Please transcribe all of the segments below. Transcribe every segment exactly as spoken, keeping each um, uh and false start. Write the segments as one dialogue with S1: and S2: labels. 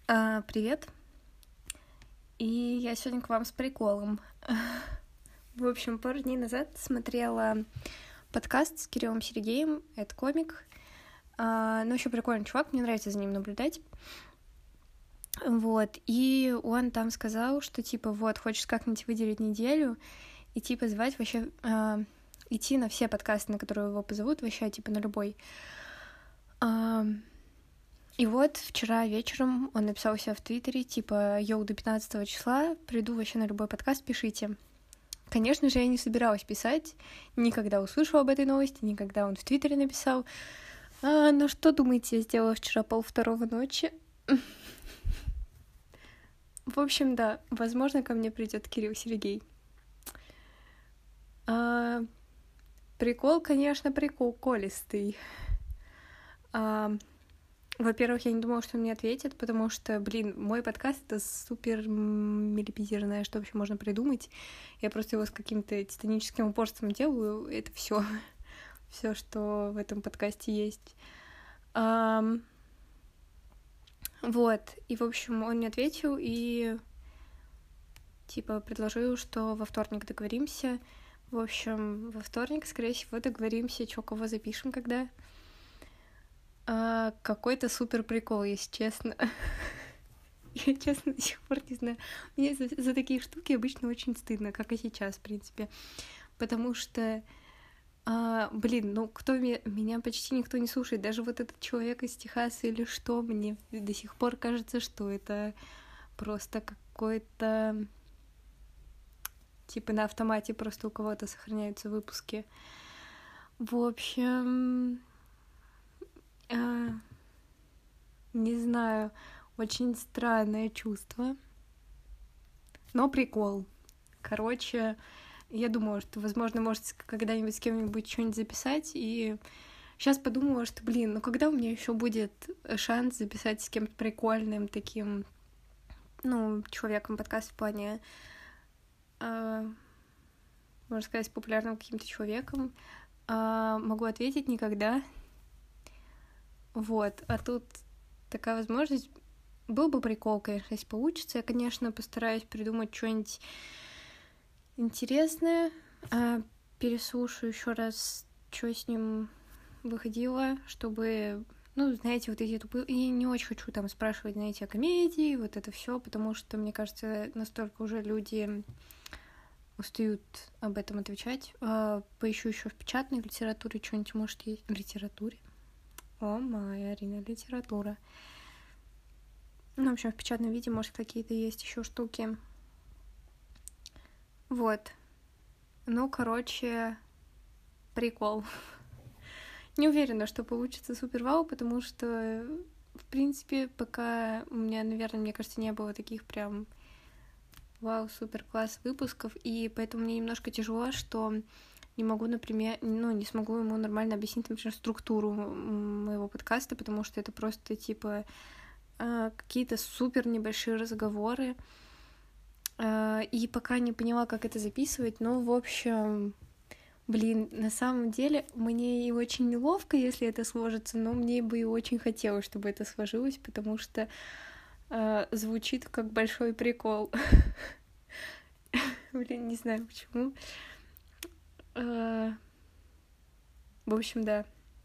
S1: А, привет. И я сегодня к вам с приколом. В общем, пару дней назад смотрела подкаст с Кириллом Сергеем. Это комик. А, ну, еще прикольный чувак, мне нравится за ним наблюдать. Вот. И он там сказал, что, типа, вот, хочешь как-нибудь выделить неделю и, типа, звать вообще... А, идти на все подкасты, на которые его позовут, вообще, типа, на любой. А, И вот вчера вечером он написал у себя в Твиттере, типа, йоу, до пятнадцатого числа приду вообще на любой подкаст, пишите. Конечно же, я не собиралась писать, никогда услышала об этой новости, никогда он в Твиттере написал. А, ну что, думаете, я сделала вчера полвторого ночи? В общем, да, возможно, ко мне придет Кирилл Сергей. А, прикол, конечно, прикол колистый. А, Во-первых, я не думала, что он мне ответит, потому что, блин, мой подкаст — это супер милипизерное, что вообще можно придумать. Я просто его с каким-то титаническим упорством делаю. Это все, все, что в этом подкасте есть. Um, вот. И, в общем, он мне ответил и, типа, предложил, что во вторник договоримся. В общем, во вторник, скорее всего, договоримся, чё, кого запишем, когда... А, какой-то супер прикол, если честно. Я, честно, до сих пор не знаю. Мне за, за такие штуки обычно очень стыдно, как и сейчас, в принципе. Потому что, а, блин, ну кто меня, меня почти никто не слушает. Даже вот этот человек из Техаса или что, мне до сих пор кажется, что это просто какой-то... Типа на автомате просто у кого-то сохраняются выпуски. В общем... А, не знаю, очень странное чувство, но прикол. Короче, я думала, что, возможно, может когда-нибудь с кем-нибудь что-нибудь записать, и сейчас подумала, что, блин, ну когда у меня еще будет шанс записать с кем-то прикольным таким, ну, человеком подкаст в плане, э, можно сказать, популярным каким-то человеком, э, могу ответить никогда. Вот, а тут такая возможность. Был бы прикол, конечно, если получится. Я, конечно, постараюсь придумать что-нибудь интересное. А переслушаю еще раз, что с ним выходило, чтобы, ну, знаете, вот эти тупые... И не очень хочу там спрашивать, знаете, о комедии, вот это все, потому что, мне кажется, настолько уже люди устают об этом отвечать. А, поищу еще в печатной литературе что-нибудь, может, есть. В литературе? О, моя Арина, литература. Ну, в общем, в печатном виде, может, какие-то есть еще штуки. Вот. Ну, короче, прикол. Не уверена, что получится супер вау, потому что, в принципе, пока у меня, наверное, мне кажется, не было таких прям вау, супер класс выпусков, и поэтому мне немножко тяжело, что не могу, например, ну, не смогу ему нормально объяснить, например, структуру моего подкаста, потому что это просто, типа, какие-то супер небольшие разговоры. И пока не поняла, как это записывать, но, в общем, блин, на самом деле мне и очень неловко, если это сложится, но мне бы и очень хотелось, чтобы это сложилось, потому что звучит как большой прикол. Блин, не знаю почему. В общем, да.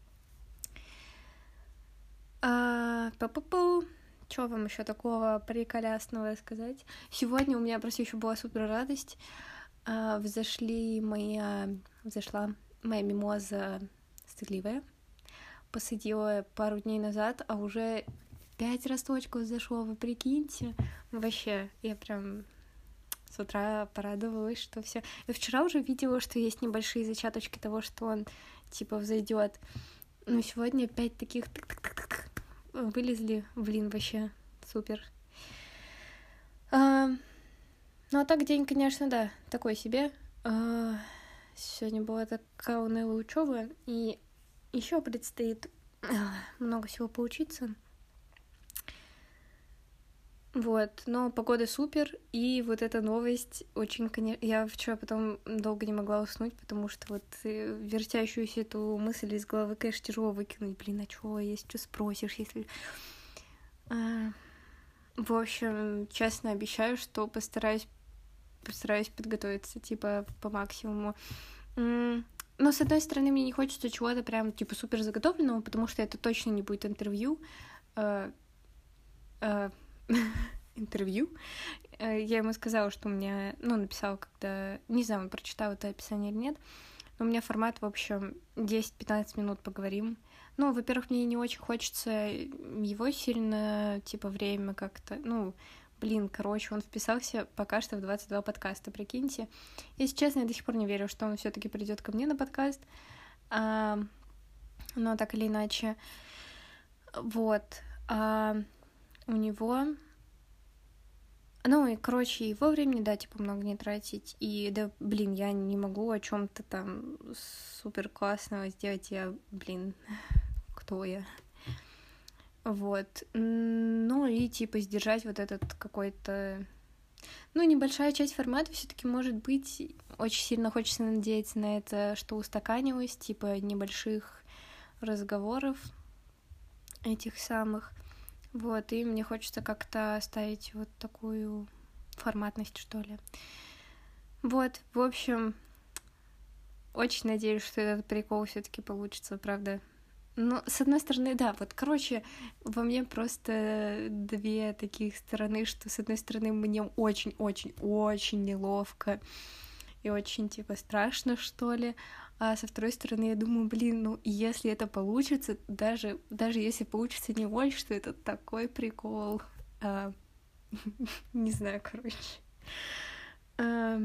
S1: Па-па-пу. Что вам еще такого приколясного сказать? Сегодня у меня просто еще была супер радость. Взошли моя... Взошла моя мимоза стыдливая. Посадила пару дней назад, а уже пять росточков зашло, вы прикиньте. Вообще, я прям... С утра порадовалась, что все. Я вчера уже видела, что есть небольшие зачаточки того, что он типа взойдет. Но сегодня опять таких вылезли. Блин, вообще супер. А, ну а так день, конечно, да, такой себе. А, сегодня была такая унылая учеба, и еще предстоит много всего поучиться. Вот, но погода супер, и вот эта новость очень, конечно... Я вчера потом долго не могла уснуть, потому что вот вертящуюся эту мысль из головы, конечно, тяжело выкинуть. Блин, а чего, если что спросишь, если... А... В В общем, честно обещаю, что постараюсь, постараюсь подготовиться, типа, по максимуму. Но, с одной стороны, мне не хочется чего-то прям, типа, супер заготовленного, потому что это точно не будет интервью. Э, э, интервью. Э, Я ему сказала, что у меня... Ну, написала, когда... Не знаю, он прочитал это описание или нет. Но у меня формат, в общем, десять-пятнадцать минут поговорим. Ну, во-первых, мне не очень хочется его сильно, типа, время как-то... Ну, блин, короче, он вписался пока что в двадцать два подкаста, прикиньте. Если честно, я до сих пор не верю, что он все таки придет ко мне на подкаст. А, но так или иначе. Вот. А у него... Ну, и, короче, его времени, да, типа, много не тратить. И, да, блин, я не могу о чем то там супер классного сделать. Я, блин, кто я? Вот. Ну, и, типа, сдержать вот этот какой-то... Ну, небольшая часть формата все таки может быть. Очень сильно хочется надеяться на это, что устаканилось, типа, небольших разговоров этих самых. Вот, и мне хочется как-то оставить вот такую форматность, что ли. Вот, в общем, очень надеюсь, что этот прикол все таки получится, правда. Ну, с одной стороны, да, вот, короче, во мне просто две таких стороны, что, с одной стороны, мне очень-очень-очень неловко и очень, типа, страшно, что ли, а со второй стороны, я думаю, блин, ну, если это получится, даже, даже если получится не очень, что это такой прикол, а, не знаю, короче. А,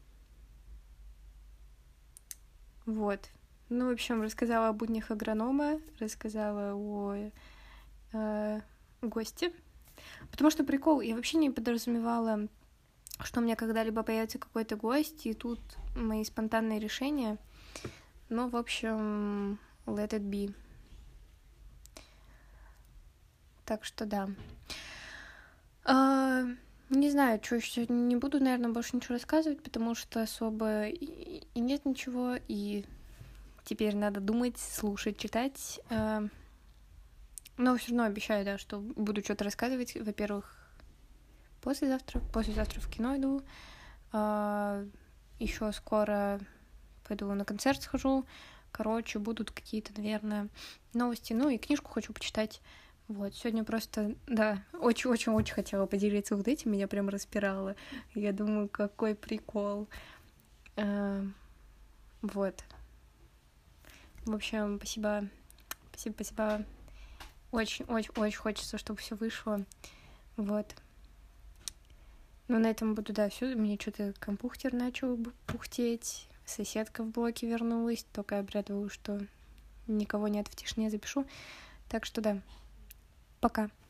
S1: вот. Ну, в общем, рассказала о буднях агронома, рассказала о э, госте. Потому что прикол, я вообще не подразумевала, что у меня когда-либо появится какой-то гость, и тут мои спонтанные решения. Ну, в общем, let it be. Так что да. А, не знаю, что еще. Не буду, наверное, больше ничего рассказывать, потому что особо и, и нет ничего, и теперь надо думать, слушать, читать. А, но все равно обещаю, да, что буду что-то рассказывать. Во-первых, послезавтра. Послезавтра в кино иду. А, еще скоро пойду на концерт схожу. Короче, будут какие-то, наверное, новости. Ну и книжку хочу почитать. Вот, сегодня просто, да, очень-очень-очень хотела поделиться вот этим, меня прям распирало. Я думаю, какой прикол. А, вот. В общем, спасибо, спасибо, спасибо. Очень-очень-очень хочется, чтобы все вышло. Вот. Ну, на этом буду, да, все. Мне что-то компьютер начал пухтеть. Соседка в блоке вернулась. Только я обрадовалась, что никого нет в тишине, запишу. Так что да. Пока.